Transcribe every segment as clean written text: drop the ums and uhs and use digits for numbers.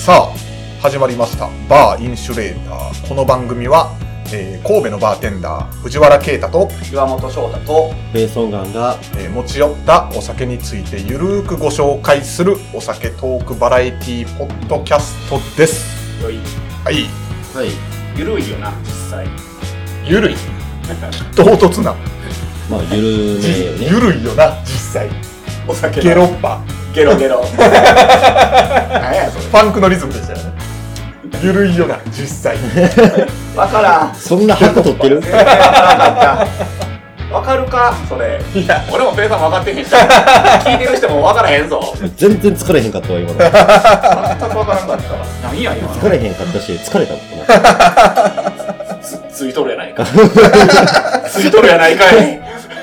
さあ始まりましたバーインシュレーター。この番組は、神戸のバーテンダー藤原啓太と岩本翔太とベーソンガンが、 持ち寄ったお酒についてゆるーくご紹介するお酒トークバラエティポッドキャストです。 よいはいはい、 ゆるいよな実際ゆるい唐突なまあゆるめよね。 ゆるいよな実際。 お酒ゲロッパゲロゲロ何やそれファンクのリズムでしたよね。ゆるいよな実際。 わからんそんな箱取ってる？ わかるかそれ。 いや俺もペイさん分かってへんし聞いてる人も分からへんぞ。 全然疲れへんかったわ今の。 全く分からんかった何や今の疲れへんかったし疲れたもん。 ついとるやないかついとるやないかい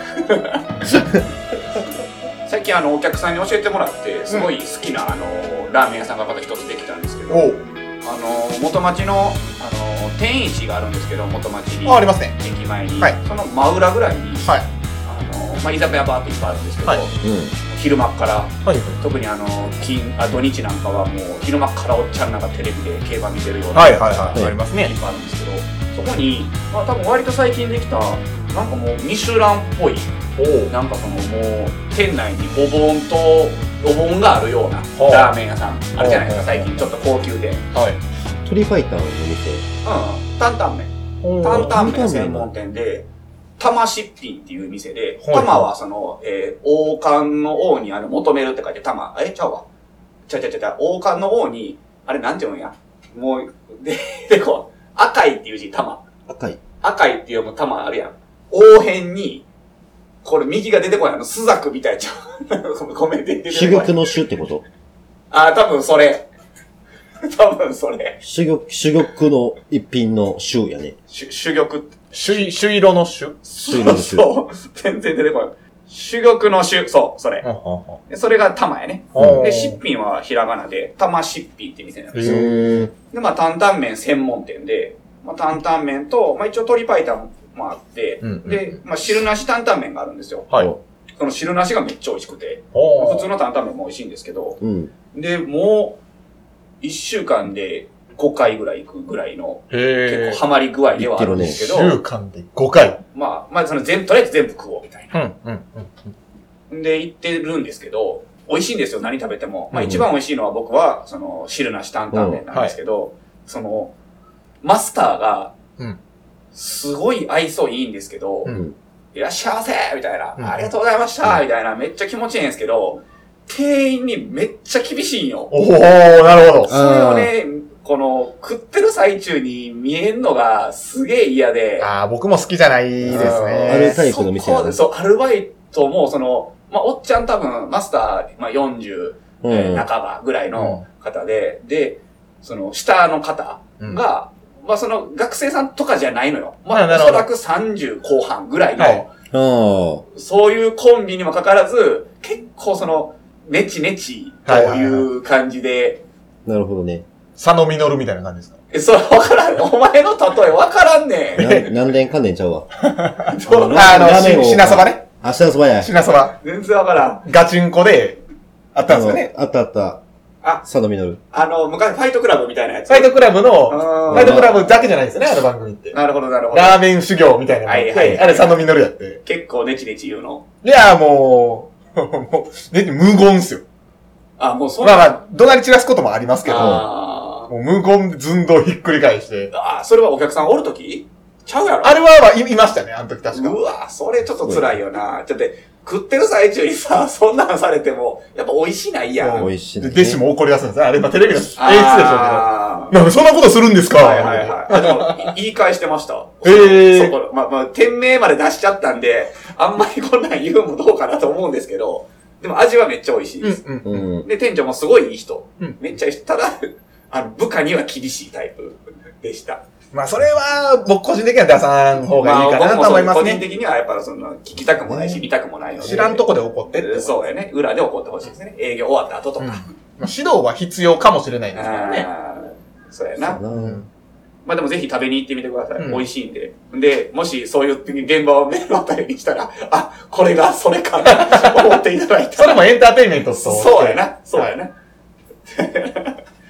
最近お客さんに教えてもらってすごい好きなラーメン屋さんがまた一つできたんですけど、 おう元町の天一があるんですけど、元町にありますね。 駅前に、 はい、 その真裏ぐらいに、 はい居酒屋バーっていっぱいあるんですけど、 はい、 昼間っから、 はい、 特に土日なんかはもう昼間っからおっちゃんなんかテレビで競馬見てるような、 はいはいはい、ありますね。 いっぱいあるんですけど、そこに、多分割と最近できたなんかもうミシュランっぽい、なんかもう店内にお盆があるようなラーメン屋さんあるじゃないですか、最近ちょっと高級店。 はい。 鶏白湯の店。 担々麺。担々麺専門店で、玉しっぴんっていう店で、玉は王冠の王に求めるって書いて玉、ちゃうわ。王冠の王に、あれなんて言うんや。もう、で、こう、赤いっていう字、玉。赤いっていう玉あるやん。王辺に、これ右が出てこない。スザクみたいちゃう。ごめん、出てこない。 珠玉の珠ってこと？ 多分それ。珠玉の一品の珠やね。 珠玉って。 朱色の朱？ そう。全然出てこない。珠玉の珠。そう、それ。それが玉やね。で、しっぴんはひらがなで、玉しっぴんって店なんですよ。で、担々麺専門店で、担々麺と、一応鶏白湯もあって、で、汁なし担々麺があるんですよ。 はい。 その汁なしがめっちゃ美味しくて、普通の担々麺も美味しいんですけど、で、もう、1週間で5回ぐらい行くぐらいの、結構ハマり具合ではあるんですけど、 1週間で5回。 とりあえず全部食おうみたいな。で、行ってるんですけど、美味しいんですよ、何食べても。一番美味しいのは僕は、汁なし担々麺なんですけど、マスターが、すごい愛想いいんですけど、いらっしゃいませみたいな、ありがとうございましたみたいな、めっちゃ気持ちいいんですけど、店員にめっちゃ厳しいんよ。 なるほど。 それをね、食ってる最中に見えんのがすげえ嫌で。 僕も好きじゃないですね。 アルバイトの店やね。 そう、アルバイトもおっちゃん多分、マスター、40、半ばぐらいの方で、で、下の方が、学生さんとかじゃないのよ。おそらく30後半ぐらいの、そういうコンビにもかかわらず、結構ネチネチという感じで。 なるほどね。 佐野実みたいな感じですか？ それわからん。お前の例えわからんねん。何年かんねんちゃうわ。 品そばね。 品そばや。 品そば。 全然わからん。 ガチンコで、あったんですよね。 あった。佐野実。 昔ファイトクラブみたいなやつ。 ファイトクラブだけじゃないですよね、あの番組って。 なるほど。ラーメン修行みたいなのって。あれ佐野実やって。 結構ネチネチ言うの。 いや、もう、無言っすよ。 もうそんな。 怒鳴り散らすこともありますけど、もう無言で寸胴ひっくり返して。 それはお客さんおるときちゃうやろ。 あれはいましたね、あの時確か。 うわ、それちょっと辛いよな。ちょっと食ってる最中にさ、そんなんされても、やっぱ美味しないやん。 美味しい。 で、弟子も怒り出すんですね。あれ、テレビの演出でしょうけど。なんかそんなことするんですか？ でも、言い返してました。店名まで出しちゃったんで、あんまりこんなん言うもどうかなと思うんですけど、でも味はめっちゃ美味しいです。で、店長もすごいいい人。めっちゃいい人。ただ、部下には厳しいタイプでした。 それは、僕個人的には出さん方がいいかなと思いますね。 個人的にはやっぱ聞きたくもないし、見たくもないので。 知らんとこで怒ってって。 そうやね。裏で怒ってほしいですね。営業終わった後とか。 指導は必要かもしれないですからね。 そうやな。でもぜひ食べに行ってみてください。美味しいんで。で、もしそういう現場を目の当たりにしたら、これがそれかな、思っていただいたら。 それもエンターテインメントと。 そうやな。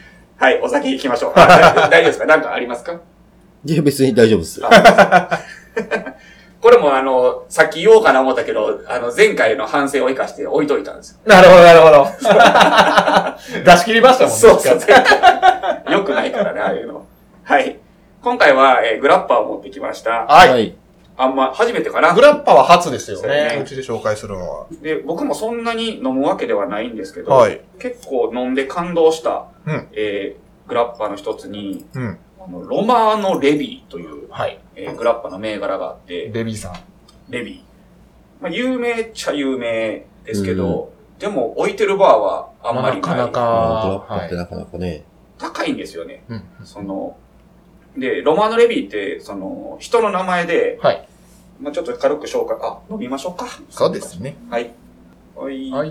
はい、お酒行きましょう。大丈夫ですか？なんかありますか？ いや、別に大丈夫っす。 これもさっき言おうかな思ったけど、前回の反省を生かして置いといたんですよ。 なるほど、なるほど。出し切りましたもんね。 そうそう。よくないからね、ああいうの。はい。今回は、グラッパーを持ってきました。 はい。 初めてかな。 グラッパーは初ですよそうね。 ねうちで紹介するのは。 で、僕もそんなに飲むわけではないんですけど、 はい。 結構飲んで感動した、 うんグラッパーの一つに、 うん。 ロマーノ・レビーという、 はい。 グラッパーの銘柄があって、 レビーさん。 レビー。まあ、有名っちゃ有名ですけど、でも置いてるバーはあんまりない。 なかなか、 グラッパーってなかなかね。 高いんですよね。 うん。 で、ロマーノ・レビーって、人の名前で、 はい。 まあちょっと軽く紹介、飲みましょうか。 そうですね。 はい。はい。 はい。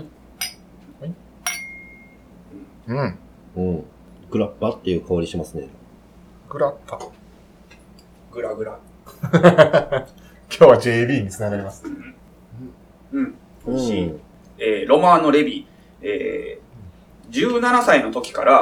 うん。 うん。グラッパーっていう香りしますね。 グラッパー。 グラグラ。 今日は JB につながります。 うん。美味しい。ロマーノ・レビー。17歳の時から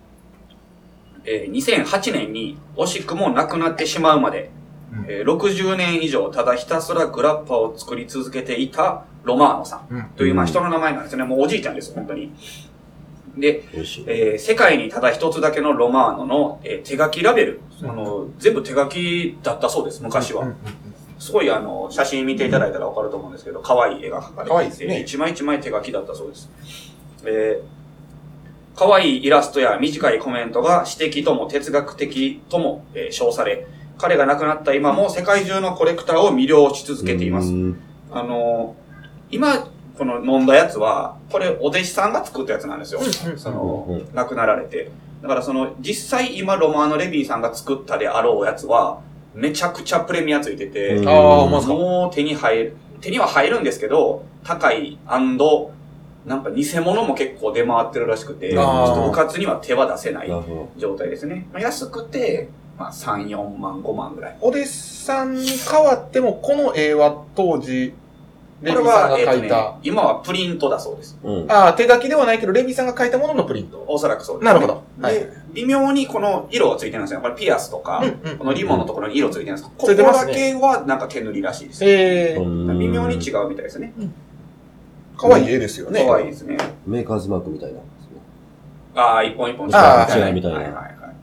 、2008年に惜しくも亡くなってしまうまで、60年以上ただひたすらグラッパーを作り続けていたロマーノさんという、まあ人の名前なんですね。もうおじいちゃんです、本当に。で、世界にただ一つだけのロマーノの、手書きラベル、全部手書きだったそうです、昔は。すごい写真見ていただいたらわかると思うんですけど、可愛い絵が描かれていて、一枚一枚手書きだったそうです。可愛いイラストや短いコメントが詩的とも哲学的とも、称され、彼が亡くなった今も世界中のコレクターを魅了し続けています。今、この飲んだやつは、これお弟子さんが作ったやつなんですよ。亡くなられて。だから実際今ロマーノ・レビーさんが作ったであろうやつは、めちゃくちゃプレミアついてて、もう手には入るんですけど、高い&なんか偽物も結構出回ってるらしくて、ちょっと部活には手は出せない状態ですね。安くて、まあ3、4万、5万ぐらい。 お弟子さんに変わっても、この絵は当時、レビーさんが描いた。 今はプリントだそうです。 手書きではないけど、レビーさんが描いたもののプリント。 おそらくそうです、 なるほど。 で、微妙にこの色がついてるんですよ。これピアスとか、このリボンのところに色ついてるんです。ここだけはなんか手塗りらしいです。微妙に違うみたいですね。 可愛い絵ですよね。 可愛いですね。 メーカーズマークみたいな。 一本一本違いみたいな。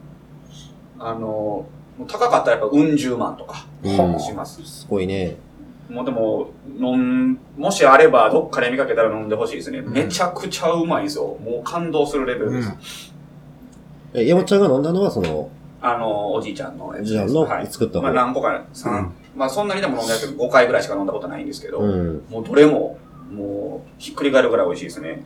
高かったらやっぱ10万とかします。 すごいね。 もうでも、もしあればどっかで見かけたら飲んでほしいですね。めちゃくちゃうまいんですよ。もう感動するレベルです。 山ちゃんが飲んだのはおじいちゃんのやつです。 おじいちゃんの作った方。 まあ何個か、まあそんなにでも飲んだけど5回ぐらいしか飲んだことないんですけど、もうどれも、もうひっくり返るぐらい美味しいですね。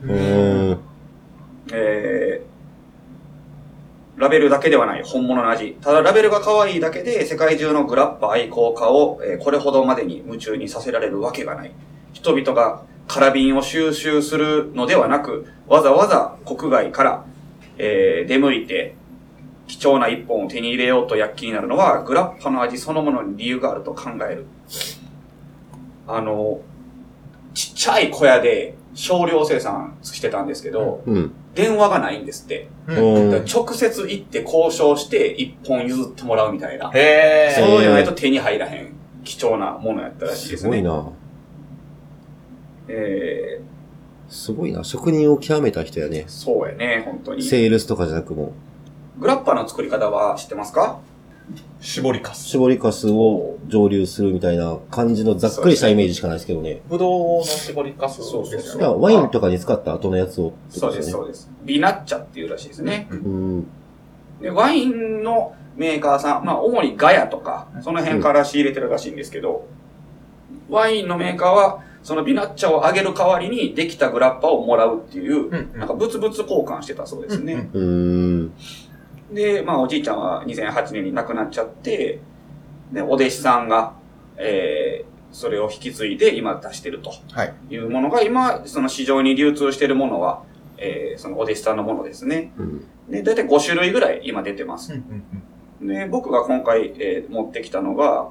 ラベルだけではない本物の味。ただラベルが可愛いだけで世界中のグラッパ愛好家を、これほどまでに夢中にさせられるわけがない。人々がカラビンを収集するのではなく、わざわざ国外から、出向いて貴重な一本を手に入れようと躍起になるのはグラッパの味そのものに理由があると考える。ちっちゃい小屋で少量生産してたんですけど、電話がないんですって。直接行って交渉して一本譲ってもらうみたいな。そうじゃないと手に入らへん貴重なものやったらしいですね。 すごいな。すごいな。職人を極めた人やね。 そうやね、本当に。 セールスとかじゃなくも。 グラッパの作り方は知ってますか？ 絞りかす。 絞りかすを蒸留するみたいな感じのざっくりしたイメージしかないですけどね。 ぶどうの絞りかすですよね。 ワインとかに使った後のやつを、 そうです、そうです。ビナッチャっていうらしいですね。でワインのメーカーさん、まあ主にガヤとか、その辺から仕入れてるらしいんですけど、ワインのメーカーは、そのビナッチャをあげる代わりにできたグラッパをもらうっていう、なんか物々交換してたそうですね。で、まあおじいちゃんは2008年に亡くなっちゃって、で、お弟子さんが、それを引き継いで今出してるというものが、今、その市場に流通しているものは、そのお弟子さんのものですね。で、だいたい5種類ぐらい今出てます。で、僕が今回、持ってきたのが、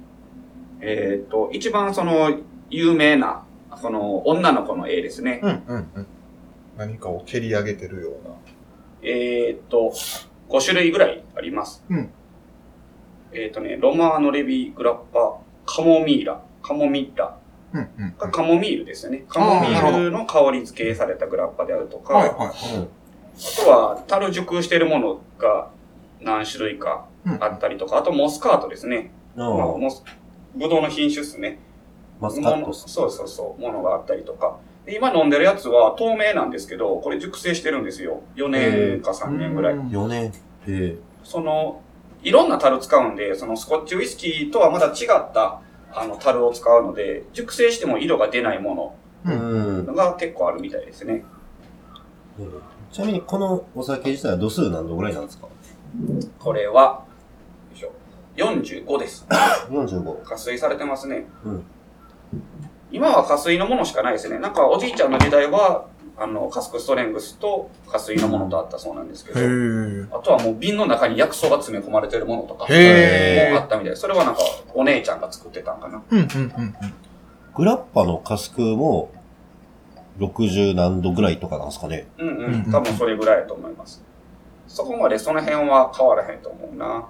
一番その有名な、その女の子の絵ですね。 何かを蹴り上げてるような。 5種類ぐらいあります。 うん。 ロマーノレビーグラッパ、カモミーラ。カモミールですよね。カモミールの香り付けされたグラッパであるとか、あとは、樽熟しているものが何種類かあったりとか、あとモスカートですね。ブドウの品種ですね。 モスカート。 そう、ものがあったりとか。で今飲んでるやつは透明なんですけど、これ熟成してるんですよ。4年か3年ぐらい。 4年。 いろんな樽使うんで、スコッチウイスキーとはまた違った、樽を使うので、熟成しても色が出ないものが結構あるみたいですね。 ちなみにこのお酒自体は度数何度ぐらいなんですか？ これは、45です。 45。 加水されてますね。 うん。 今は加水のものしかないですね。なんかおじいちゃんの時代は、カスクストレングスと加水のものとあったそうなんですけど、あとはもう瓶の中に薬草が詰め込まれてるものとか、もあったみたい。それはなんかお姉ちゃんが作ってたんかな。 グラッパのカスクも60何度ぐらいとかなんですかね。 多分それぐらいだと思います。そこまでその辺は変わらへんと思うな。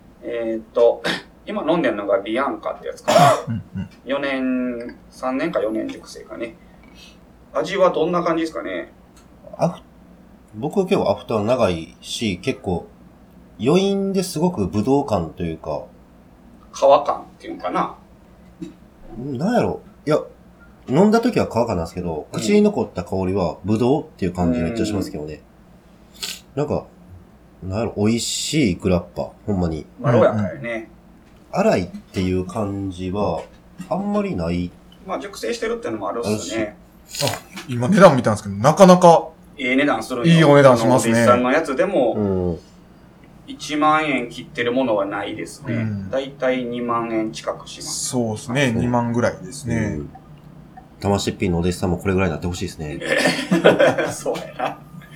今飲んでるのがビアンカってやつかな。3年か4年熟成かね。味はどんな感じですかね？ 僕は結構アフター長いし、結構余韻ですごくブドウ感というか。 皮感っていうのかな？ なんやろ？いや、飲んだ時は皮感なんですけど、口に残った香りはブドウっていう感じめっちゃしますけどね。なんか、なんやろ、美味しいグラッパ。ほんまに。 まろやかやね。 粗いっていう感じは、あんまりない。 まあ、熟成してるってのもあるっすね。 今値段見たんですけど、なかなか。 いい値段するよ。 いいお値段しますね。 実際のやつでも、1万円切ってるものはないですね。だいたい2万円近くします。 そうですね。2万ぐらいですね。 魂っぴんのお弟子さんもこれぐらいになってほしいですね。 そうやな。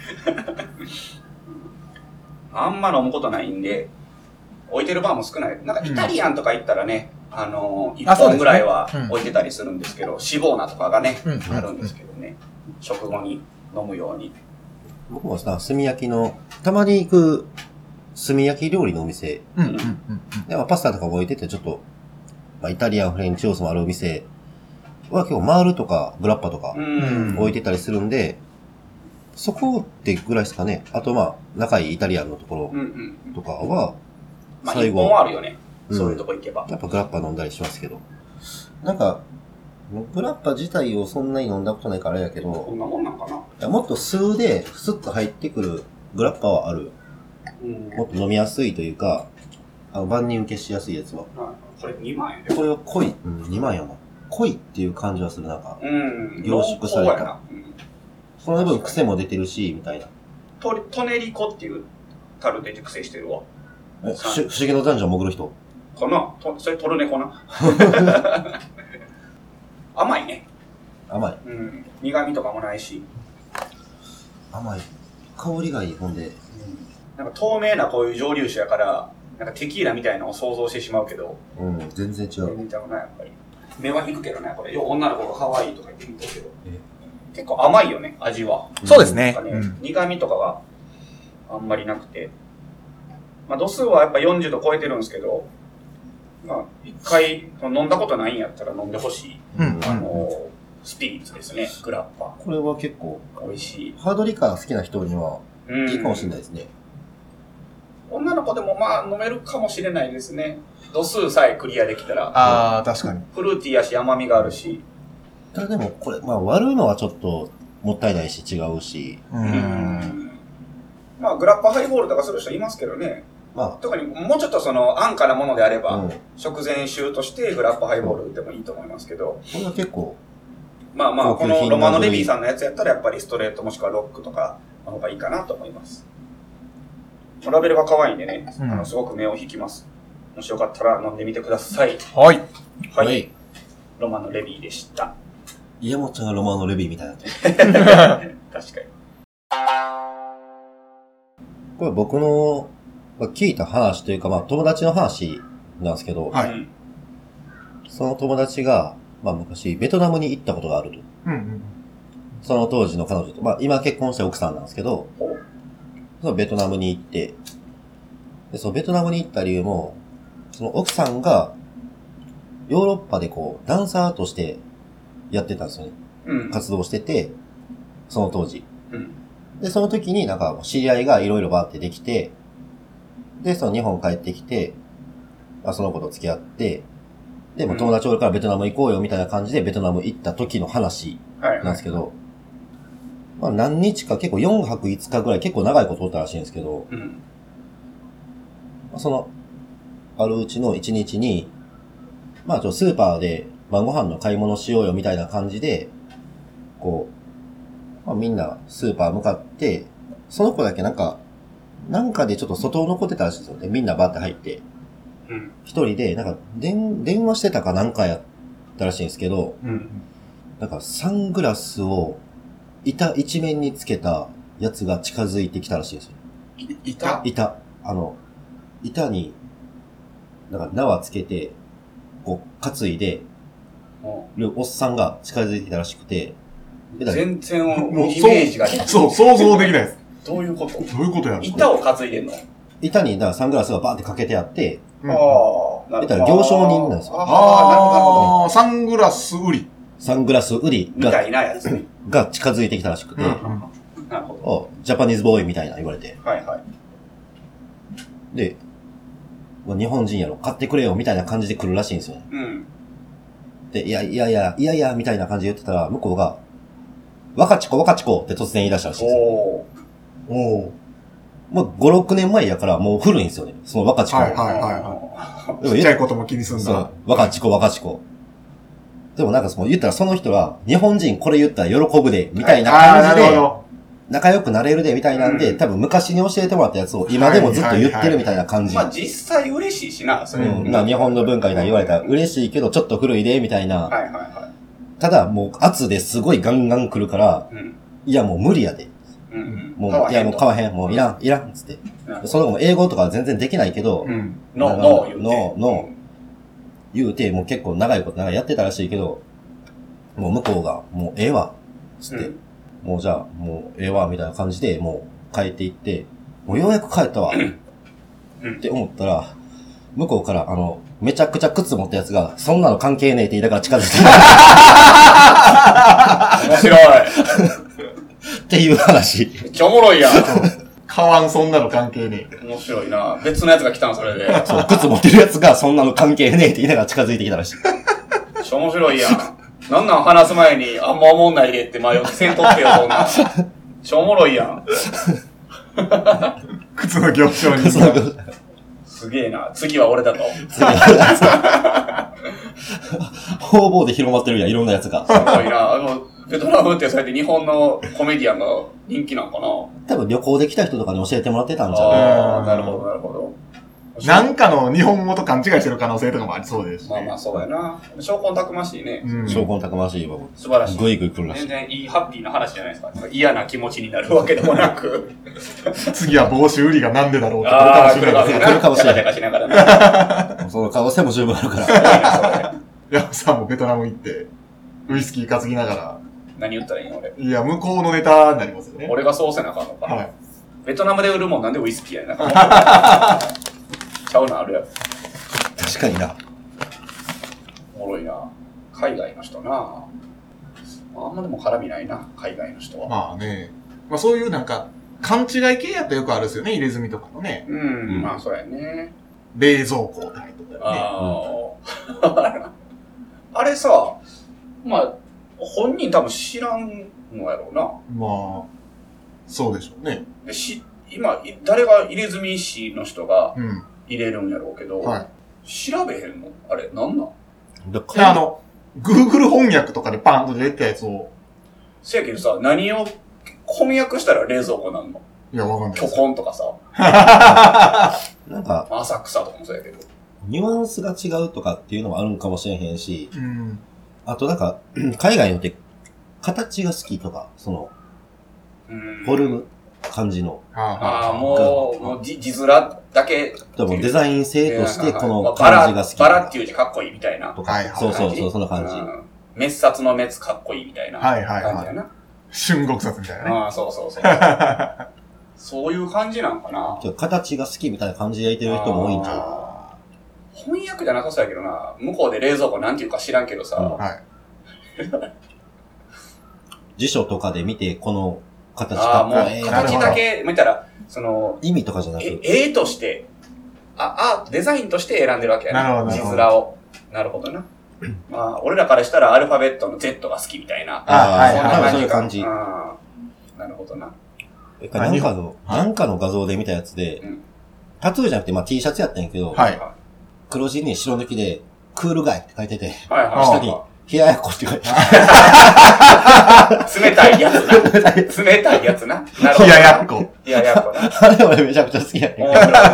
あんま飲むことないんで、置いてるバーも少ない。なんかイタリアンとか行ったらね、1本ぐらいは置いてたりするんですけど、シボーナとかがね、あるんですけどね。食後に飲むように。 僕もさ、炭焼きの、たまに行く炭焼き料理のお店。でもパスタとかも置いててちょっと、まあ、イタリアン、フレンチ要素もあるお店は結構マールとかグラッパとか置いてたりするんで、そこってぐらいですかね。あとまあ、仲いいイタリアンのところとかは、 まあ、一本あるよね。そういうとこ行けば。 やっぱグラッパ飲んだりしますけど。なんか、グラッパ自体をそんなに飲んだことないからあれやけど、 こんなもんなんかな。 もっと数でスッと入ってくるグラッパはある。もっと飲みやすいというか、万人受けしやすいやつは。 これ2万円で。 これは濃い。2万円やな。濃いっていう感じはする。なんか、凝縮された。その分癖も出てるし、みたいな。 トネリコっていう樽で熟成してるわ。 不思議の男女潜る人かな？それトルネコな。甘いね。 甘い。 苦味とかもないし。 甘い。香りがいい、ほんで。 なんか透明なこういう蒸留酒やから、なんかテキーラみたいなのを想像してしまうけど。 全然違う。 全然ちゃうな、やっぱり。目は引くけどね、これ。女の子が可愛いとか言ってみたけど。結構甘いよね、味は。 そうですね。 苦味とかがあんまりなくて。まあ度数はやっぱ40度超えてるんですけど、まあ一回飲んだことないんやったら飲んでほしい。スピリッツですね、グラッパ。 これは結構美味しい。 ハードリカー好きな人にはいいかもしれないですね。 女の子でもまあ飲めるかもしれないですね。度数さえクリアできたら。 ああ、確かに。 フルーティーやし甘みがあるし。 ただでもこれ、まあ割るのはちょっともったいないし違うし。 まあグラッパハイボールとかする人いますけどね。まあ、特にもうちょっと安価なものであれば、食前酒としてグラッパハイボールでもいいと思いますけど。 これは結構。 まあまあ、このロマノレビーさんのやつやったらやっぱりストレートもしくはロックとかの方がいいかなと思います。ラベルが可愛いんでね、すごく目を引きます。もしよかったら飲んでみてください。 はい。 はい。ロマノレビーでした。 家もちゃんがロマノレビーみたいな。 確かに。 これ僕の聞いた話というか、まあ友達の話なんですけど、 はい。 その友達が、まあ昔ベトナムに行ったことがあると。その当時の彼女と、まあ今結婚した奥さんなんですけど、 そのベトナムに行って、で、そのベトナムに行った理由も、その奥さんが、ヨーロッパでこう、ダンサーとしてやってたんですよね。 うん。 活動してて、その当時。 うん。 で、その時になんか知り合いがいろいろバーってできて、で、その日本帰ってきて、その子と付き合って、で、もう友達おるからベトナム行こうよみたいな感じでベトナム行った時の話なんですけど、まあ何日か結構4泊5日ぐらい結構長いことおったらしいんですけど、 うん。 その、あるうちの1日に、まあスーパーで晩ご飯の買い物しようよみたいな感じで、こう、まあみんなスーパー向かって、その子だけなんかでちょっと外を残ってたらしいんですよね。みんなバーって入って。 うん。 一人で、なんか、電話してたかなんかやったらしいんですけど、 うん。 なんかサングラスを板一面につけたやつが近づいてきたらしいんですよ。板、板に、なんか縄つけて、こう、担いで、おっさんが近づいてきたらしくて、 全然イもうメージがね。 そう、想像できないです。 どういうこと？ どういうことやろ？ 板を担いでんの？ 板に、だからサングラスがバーってかけてあって、 ああ、なるほど。 だから行商人なんですよ。 ああ、なるほど、なるほど。 サングラス売り。 サングラス売りみたいなやつね。 が近づいてきたらしくて、 なるほど。 ジャパニーズボーイみたいな言われて。 はいはい。 で、日本人やろ、買ってくれよみたいな感じで来るらしいんですよね。 うん。 で、いや、みたいな感じで言ってたら、向こうが、若ちこって突然言い出したらしいんですよ。 おー。 もう5、6年前やからもう古いんですよね。その若ちこ。 はい。ちっちゃいことも気にすんだ。 そう、若ちこ。でもなんか言ったらその人は、日本人これ言ったら喜ぶで、みたいな感じで、仲良くなれるで、みたいなんで、多分昔に教えてもらったやつを今でもずっと言ってるみたいな感じ。 まあ実際嬉しいしな、それ。 日本の文化みたいに言われたら嬉しいけど、ちょっと古いで、みたいな。 はい。 ただ、もう圧ですごいガンガン来るから、いやもう無理やで。もう、いやもう買わへん、もういらん、つって。その子も英語とか全然できないけど、 ノー言うて、もう結構長いことやってたらしいけど、もう向こうが、もうええわ、つって。もうじゃあ、もうええわ、みたいな感じで、もう帰っていって、もうようやく帰ったわ、って思ったら、向こうから、めちゃくちゃ靴持ったやつが、そんなの関係ねえって言いながら近づいて面白い。 っていう話。 めっちゃおもろいやん。 買わん、そんなの関係ねえ。 面白いな。別のやつが来たの、それで。 そう、靴持ってるやつが、そんなの関係ねえって言いながら近づいてきたらしい。 めっちゃ面白いやん。なん話す前に、あんま思んないでって迷ってせんとってよ、そんな。めっちゃおもろいやん。 靴の行商人。 すげえな。次は俺だと。 方々で広まってるやん、いろんなやつが。 すごいな。ベトナムってそうやって日本のコメディアンが人気なんかな。 多分旅行で来た人とかに教えてもらってたんじゃない？ ああ、なるほど。 なんかの日本語と勘違いしてる可能性とかもありそうですし、ね。 まあそうやな。証拠たくましいね。 証拠たくましいわ。 素晴らしい。 ぐいぐい来るらしい。 全然いいハッピーな話じゃないですか。嫌な気持ちになるわけでもなく。 次は帽子売りがなんでだろうって来るかもしれない。来るかもしれない。しながらな。その可能性も十分あるから。 山さんもベトナム行って、ウイスキー担ぎながら。 何言ったらいいの俺。 いや、向こうのネタになりますよね。 俺がそうせなあかんのかな。はい。ベトナムで売るもんなんでウイスキーやねん。ちゃうのあるやろ。 確かにな。 おもろいな。海外の人な。あんまでも絡みないな、海外の人は。 まあね。まあそういうなんか、勘違い系やったらよくあるんですよね、入れ墨とかもね。 まあそうやね。 冷蔵庫って入っとったりね。 あれさ、まあ、本人多分知らんのやろうな。 まあ、そうでしょうね。 今、誰が入れ墨師の人が入れるんやろうけど、調べへんのあれ、なんなん Google 翻訳とかでパンと出たやつを。 せやけどさ、何を翻訳したら冷蔵庫なんの？ いや、わかんない。 巨根とかさ。 なんか、 浅草とかもそうやけど。 ニュアンスが違うとかっていうのもあるんかもしれへんし、あとなんか、海外のって形が好きとか、フォルム、感じの。 もう字面だけ。 多分デザイン性としてこの感じが好き。 バラっていう字かっこいいみたいな。 とか。そう、そんな感じ。 滅殺の滅かっこいいみたいな感じやな。 春国殺みたいなね。 そう。 そういう感じなんかな。 形が好きみたいな感じで焼いてる人も多いんちゃう？ 翻訳じゃなさそうやけどな。向こうで冷蔵庫なんていうか知らんけどさ。 はい。 辞書とかで見て、この形ああ、もう形だけ見たら、 意味とかじゃなくて。 絵として、デザインとして選んでるわけやなるほど。 字面を。なるほどな。まあ、俺らからしたらアルファベットの Z が好きみたいな。 そういう感じ。 なるほどな。 なんかの画像で見たやつで、タトゥーじゃなくて、まあ T シャツやったんやけど、黒地に白抜きで、クールガイって書いてて、下に、冷ややっこって書いてある。冷たいやつな。冷たいやつな。 冷ややっこ。 冷ややっこな。 あれ俺めちゃくちゃ好きやねん。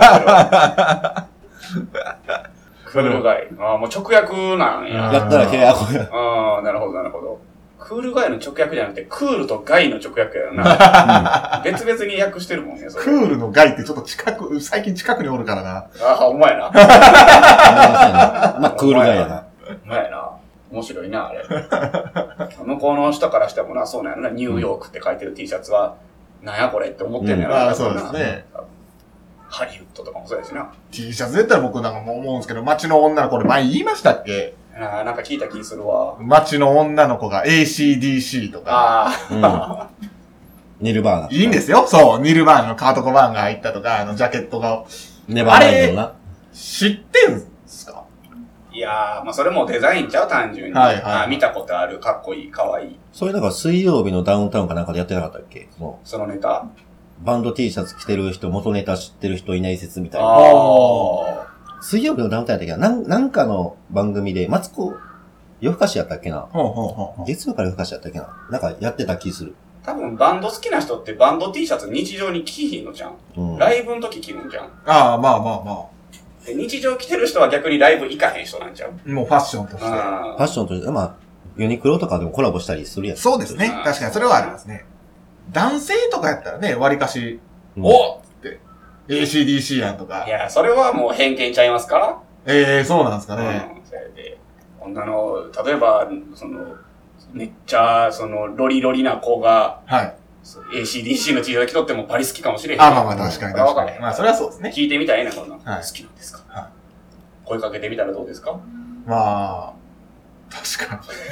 クールガイ。もう直訳なんや。 やったら冷ややっこや。 なるほど、なるほど。クールガイの直訳じゃなくて、クールとガイの直訳やな。別々に訳してるもんね、それ。 クールのガイってちょっと最近近くにおるからな。 ほんまやな。 まあ、クールガイやな。 ほんまやな。面白いな、あれ。向こうの人からしてもな、そうなんやろな。ニューヨークって書いてる T シャツは、なんやこれって思ってんねやろな。 そうですね。 ハリウッドとかもそうやしな。 T シャツ絶対僕なんかもう思うんですけど、街の女の子で前言いましたっけ？ なんか聞いた気するわ。 街の女の子が ACDC とか。 ニルバーナ。 いいんですよ。そう。ニルバーナのカートコバーンが入ったとか、ジャケットが。 ネバーライドな。 知ってんすか？ いやー、まあそれもデザインちゃう単純に。見たことある。かっこいい、かわいい。 それだから水曜日のダウンタウンかなんかでやってなかったっけ？ そのネタ。 バンド T シャツ着てる人、元ネタ知ってる人いない説みたいな。水曜日のダウンタウンやったっけな、なんかの番組で、マツコ、夜更かしやったっけな。月曜から夜更かしやったっけな。なんかやってた気する。 多分バンド好きな人ってバンド T シャツ日常に着ひんのじゃん。ライブの時着るんじゃん。 まあ。 で日常着てる人は逆にライブ行かへん人なんちゃう？ もうファッションとして。 ファッションとして、まあ、ユニクロとかでもコラボしたりするやん。 そうですね。確かにそれはありますね。男性とかやったらね、割かし、 おっって ACDC やんとか。 いや、それはもう偏見ちゃいますか？ そうなんですかね。 それで、女の、例えば、めっちゃ、ロリロリな子が、ACDC のTシャツ着とってもパリ好きかもしれへん。 まあ確かに。まあそれはそうですね。 聞いてみたらええな、こんな。好きなんですか？声かけてみたらどうですか？ まあ、確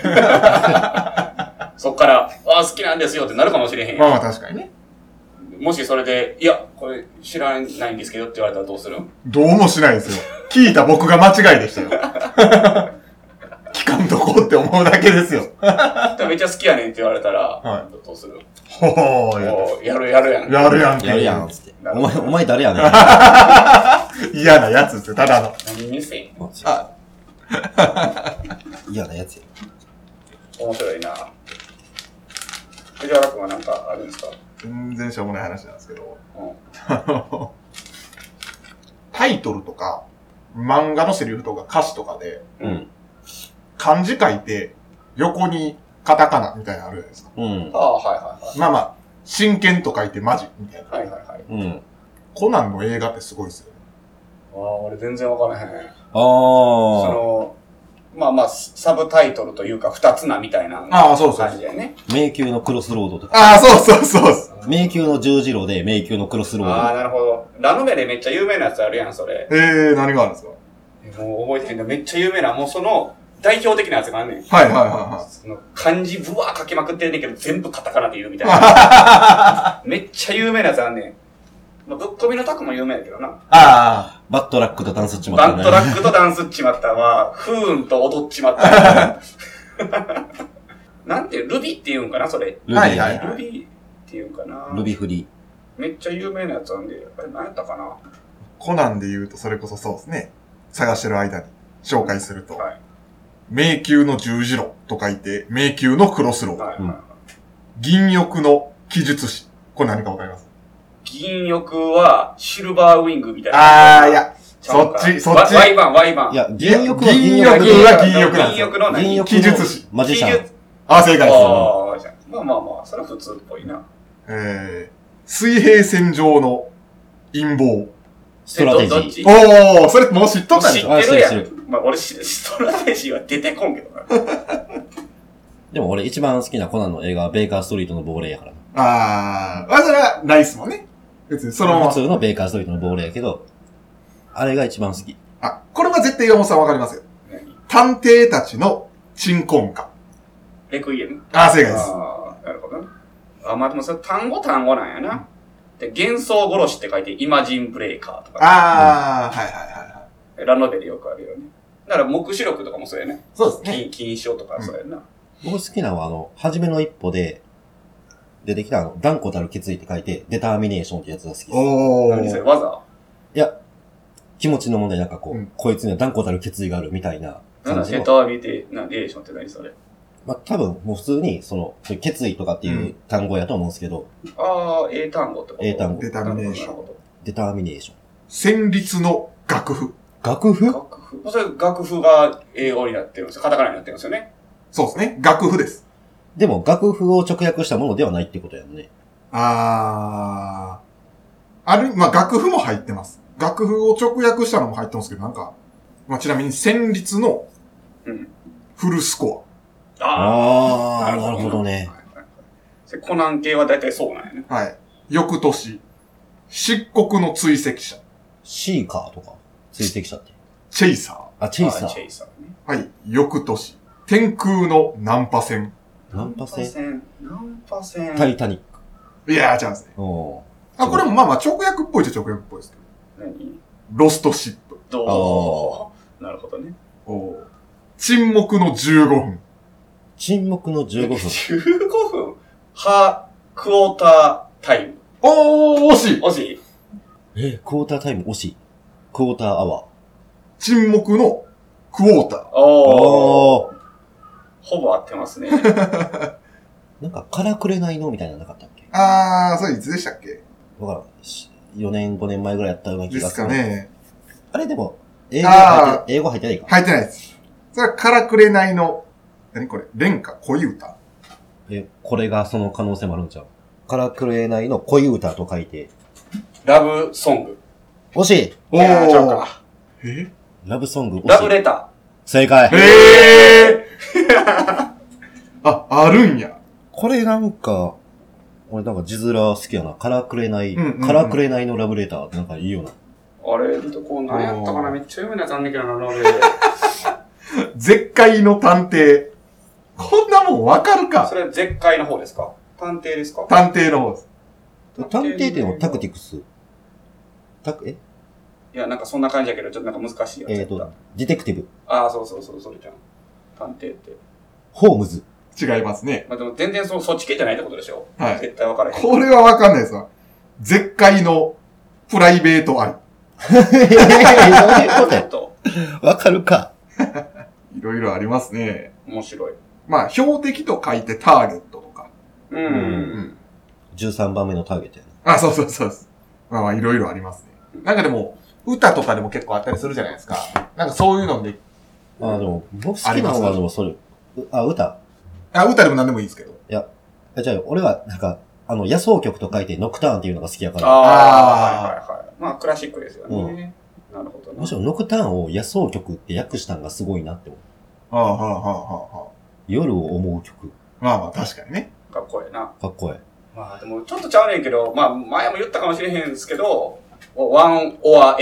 かに。そっから、好きなんですよってなるかもしれへん。 まあ確かにね。 もしそれで、いや、これ知らないんですけどって言われたらどうする？ どうもしないですよ。聞いた僕が間違いでしたよ。聞かんとこって思うだけですよ。 めっちゃ好きやねんって言われたら、どうする？やるやん。やるやん。 つって。お前誰やねん。 嫌なやつって、ただの。 何にせん？ 嫌なやつや。 面白いな。藤原君はなんかあるんですか？ 全然しょうもない話なんですけど。タイトルとか、漫画のセリフとか歌詞とかで、漢字書いて、横にカタカナみたいなのあるじゃないですか。まあまあ、真剣と書いてマジみたいな。コナンの映画ってすごいですよね。 俺全然わからへん。まあまあ、サブタイトルというか、二つなみたいな感じだよね。 迷宮のクロスロードとか。 そう。 迷宮の十字路で迷宮のクロスロード。 なるほど。ラノベでめっちゃ有名なやつあるやん、それ。 何があるんですか？もう覚えてへんだ。めっちゃ有名な、もうその、代表的なやつがあんねん。その漢字ブワー書きまくってんねんけど、全部カタカナで言うみたいな。めっちゃ有名なやつあんねん。ぶっ込みのタクも有名だけどな。 バットラックとダンスっちまった。 バットラックとダンスっちまったは、不運と踊っちまった。なんていう、ルビって言うんかな、それ。 ルビー。 ルビって言うんかな。 ルビフリ。 めっちゃ有名なやつなんで、あれ何やったかな。 コナンで言うとそれこそそうですね。探してる間に紹介すると。迷宮の十字路と書いて、迷宮のクロスロード。銀翼の記述師。これ何かわかります？ 銀翼はシルバーウィングみたいな。 いや。そっち。 ワイバン。 いや、銀翼は銀翼なんですよ。 銀翼の記述師。 マジシャン。 正解です。 まあ、それは普通っぽいな。 水平線上の陰謀。 ストラテジー。それもう知っとったんでしょ？ 知ってるやん。まあ、俺、ストラテジーは出てこんけどな。 でも俺一番好きなコナンの映画はベーカーストリートの亡霊やからな。 それはないっすもんね。 別にそのまま。 普通のベーカーストリートのボールやけど、あれが一番好き。 あ、これは絶対山本さんわかりますよ。探偵たちの鎮魂歌。 レクイエム？ あ、正解です。 ああ、なるほどね。あ、まあ、でもそれ単語なんやな。で、幻想殺しって書いて、イマジンブレイカーとか。 ああ、はいはいはい。 ラノベでよくあるよね。だから、目視録とかもそうやね。 そうですね。 金賞とかそうやな。 僕好きなのは、初めの一歩で、出てきた断固たる決意って書いて、デターミネーションってやつが好きです。 おー。何それ、技？ いや、気持ちの問題、なんかこう、こいつには断固たる決意があるみたいな感じの。デターミネーションって何それ？ まあ、多分、もう普通に、そういう決意とかっていう単語やと思うんですけど。 ああ、英単語ってこと？ 英単語。 デターミネーション。 デターミネーション。 旋律の楽譜。 楽譜？ それ、楽譜が英語になってるんですよ。カタカナになってるんですよね。 そうですね。楽譜です。 でも、楽譜を直訳したものではないってことやんね。 まあ、楽譜も入ってます。楽譜を直訳したのも入ってますけど、なんか、まあ、ちなみに旋律の、フルスコア。ああ、なるほどね。 コナン系は大体そうなんやね。 はい。翌年、漆黒の追跡者。 シーカーとか追跡者って。 チェイサー。あ、チェイサー。 チェイサーね。 はい。翌年、天空のナンパ船。 ナンパ船タイタニック。いやー、チャンスね。これもまあまあ直訳っぽいっちゃ直訳っぽいですけど。 何？ ロストシップ。 なるほどね。 沈黙の15分。 沈黙の15分。 15分？クォータータイム。 惜しい。 惜しい。 クォータータイム惜しい。クォーターアワー。 沈黙のクォーター。 ほぼ合ってますね。 なんか、からくれないのみたいなのなかったっけ？ それいつでしたっけ？ わからん。4年、5年前ぐらいやったような気がする。 ですかね。 あれでも、英語入ってないか？ 入ってないです。それはからくれないの、何これ？恋歌恋歌？ これがその可能性もあるんちゃう？からくれないの恋歌と書いて。 ラブソング。 惜しい。 ちゃうか。 ラブソング惜しい。 ラブレター。 正解。 あるんや。 これなんか、俺なんか字面好きやな。からくれない、からくれないのラブレターってなんかいいよな。 あれ、何やったかな？めっちゃ読めないやつあんねんけどな、俺。 絶海の探偵。こんなもんわかるか？ それ絶海の方ですか？探偵ですか？ 探偵の方です。 探偵っていうのはタクティクス。 いや、なんかそんな感じやけど、ちょっとなんか難しいやつやった。 ディテクティブ。 そう、それじゃん。探偵って。 ホームズ。 違いますね。 まあでも全然そっち系じゃないってことでしょ？ はい。 絶対わからへん。 これはわかんないですわ。絶海のプライベート愛。 わかるか。 いろいろありますね。 面白い。 まあ、標的と書いてターゲットとか。 13番目のターゲットやな。 そうです。まあ、いろいろありますね。なんかでも、歌とかでも結構あったりするじゃないですか。なんかそういうので。 でも、僕好きなのはでもそれ。歌歌でも何でもいいですけど。 いや、じゃあ、俺は、なんか、野草曲と書いてノクターンっていうのが好きやから。 はい。まあ、クラシックですよね。なるほどね。 むしろノクターンを野草曲って訳したんがすごいなって思う。夜を思う曲。 まあ、確かにね。 かっこいいな。 かっこいい。 まあ、でも、ちょっとちゃうねんけど、まあ、前も言ったかもしれへんですけど、1 or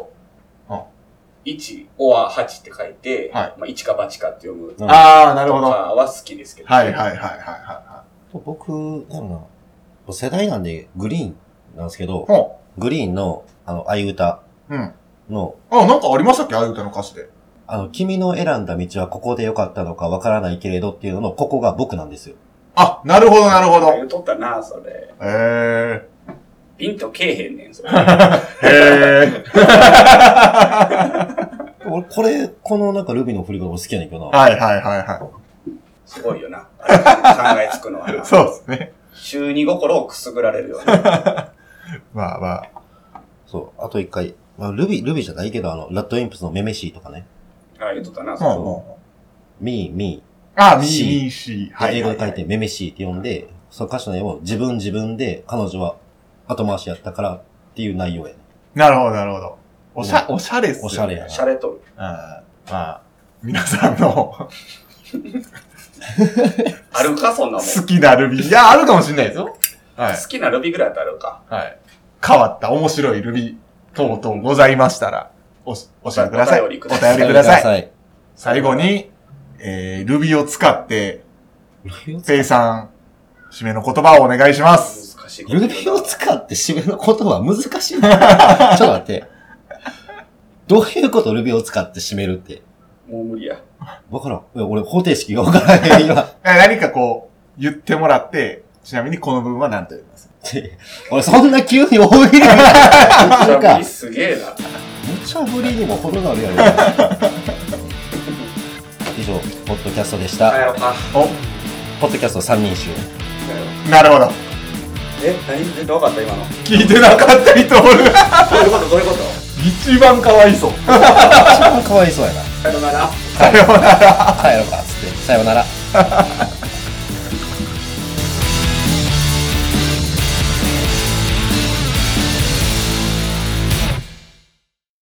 8。1 or 8って書いて、まあ、1か8かって読む。 なるほど。 は好きですけど。 はい。 僕、なんだろうな。世代なんでグリーンなんですけど、グリーンの、愛歌の、 なんかありましたっけ？愛歌の歌詞で。 君の選んだ道はここでよかったのかわからないけれどっていうのの、ここが僕なんですよ。 なるほど。 言うとったな、それ。ピンとけえへんねん、それ。 俺、このなんかルビの振りが俺好きやねんけどな。 はい。 すごいよな。考えつくのはな。 そうですね。 中二心をくすぐられるよね。 まあ。 そう、あと一回。ルビじゃないけど、ラッドインプスのメメシーとかね。 言うとったな、 ミー。 ミーシー。 英語で書いてメメシーって呼んで、その歌詞の絵を自分で彼女は後回しやったからっていう内容やね。 なるほど。おしゃれっすよ。 おしゃれやな。 しゃれとる。 まあ、皆さんのあるか、そんなもん。 好きなルビー。いや、あるかもしれないですよ。 好きなルビーぐらいだったらあるか。 変わった面白い Ruby 等々ございましたら、教えてください。お便りください。最後に、Ruby を使って、ペイさん、締めの言葉をお願いします。 難しい。Ruby を使って締めの言葉難しい。ちょっと待って。どういうこと Ruby を使って締めるって。 もう無理や。 わからん。俺方程式がわからない。今。 何かこう、言ってもらって、ちなみにこの部分は何と言います？ 俺そんな急に大喜利無茶ぶりすげえな。 無茶ぶりにも程があるやろ。以上、ポッドキャストでした。ポッドキャスト3人集。 なるほど。 何どうかった今の。 聞いてなかった人おる。 どういうこと一番かわいそう。 一番かわいそうやな。 さよなら。 帰ろうかっつって。さよなら。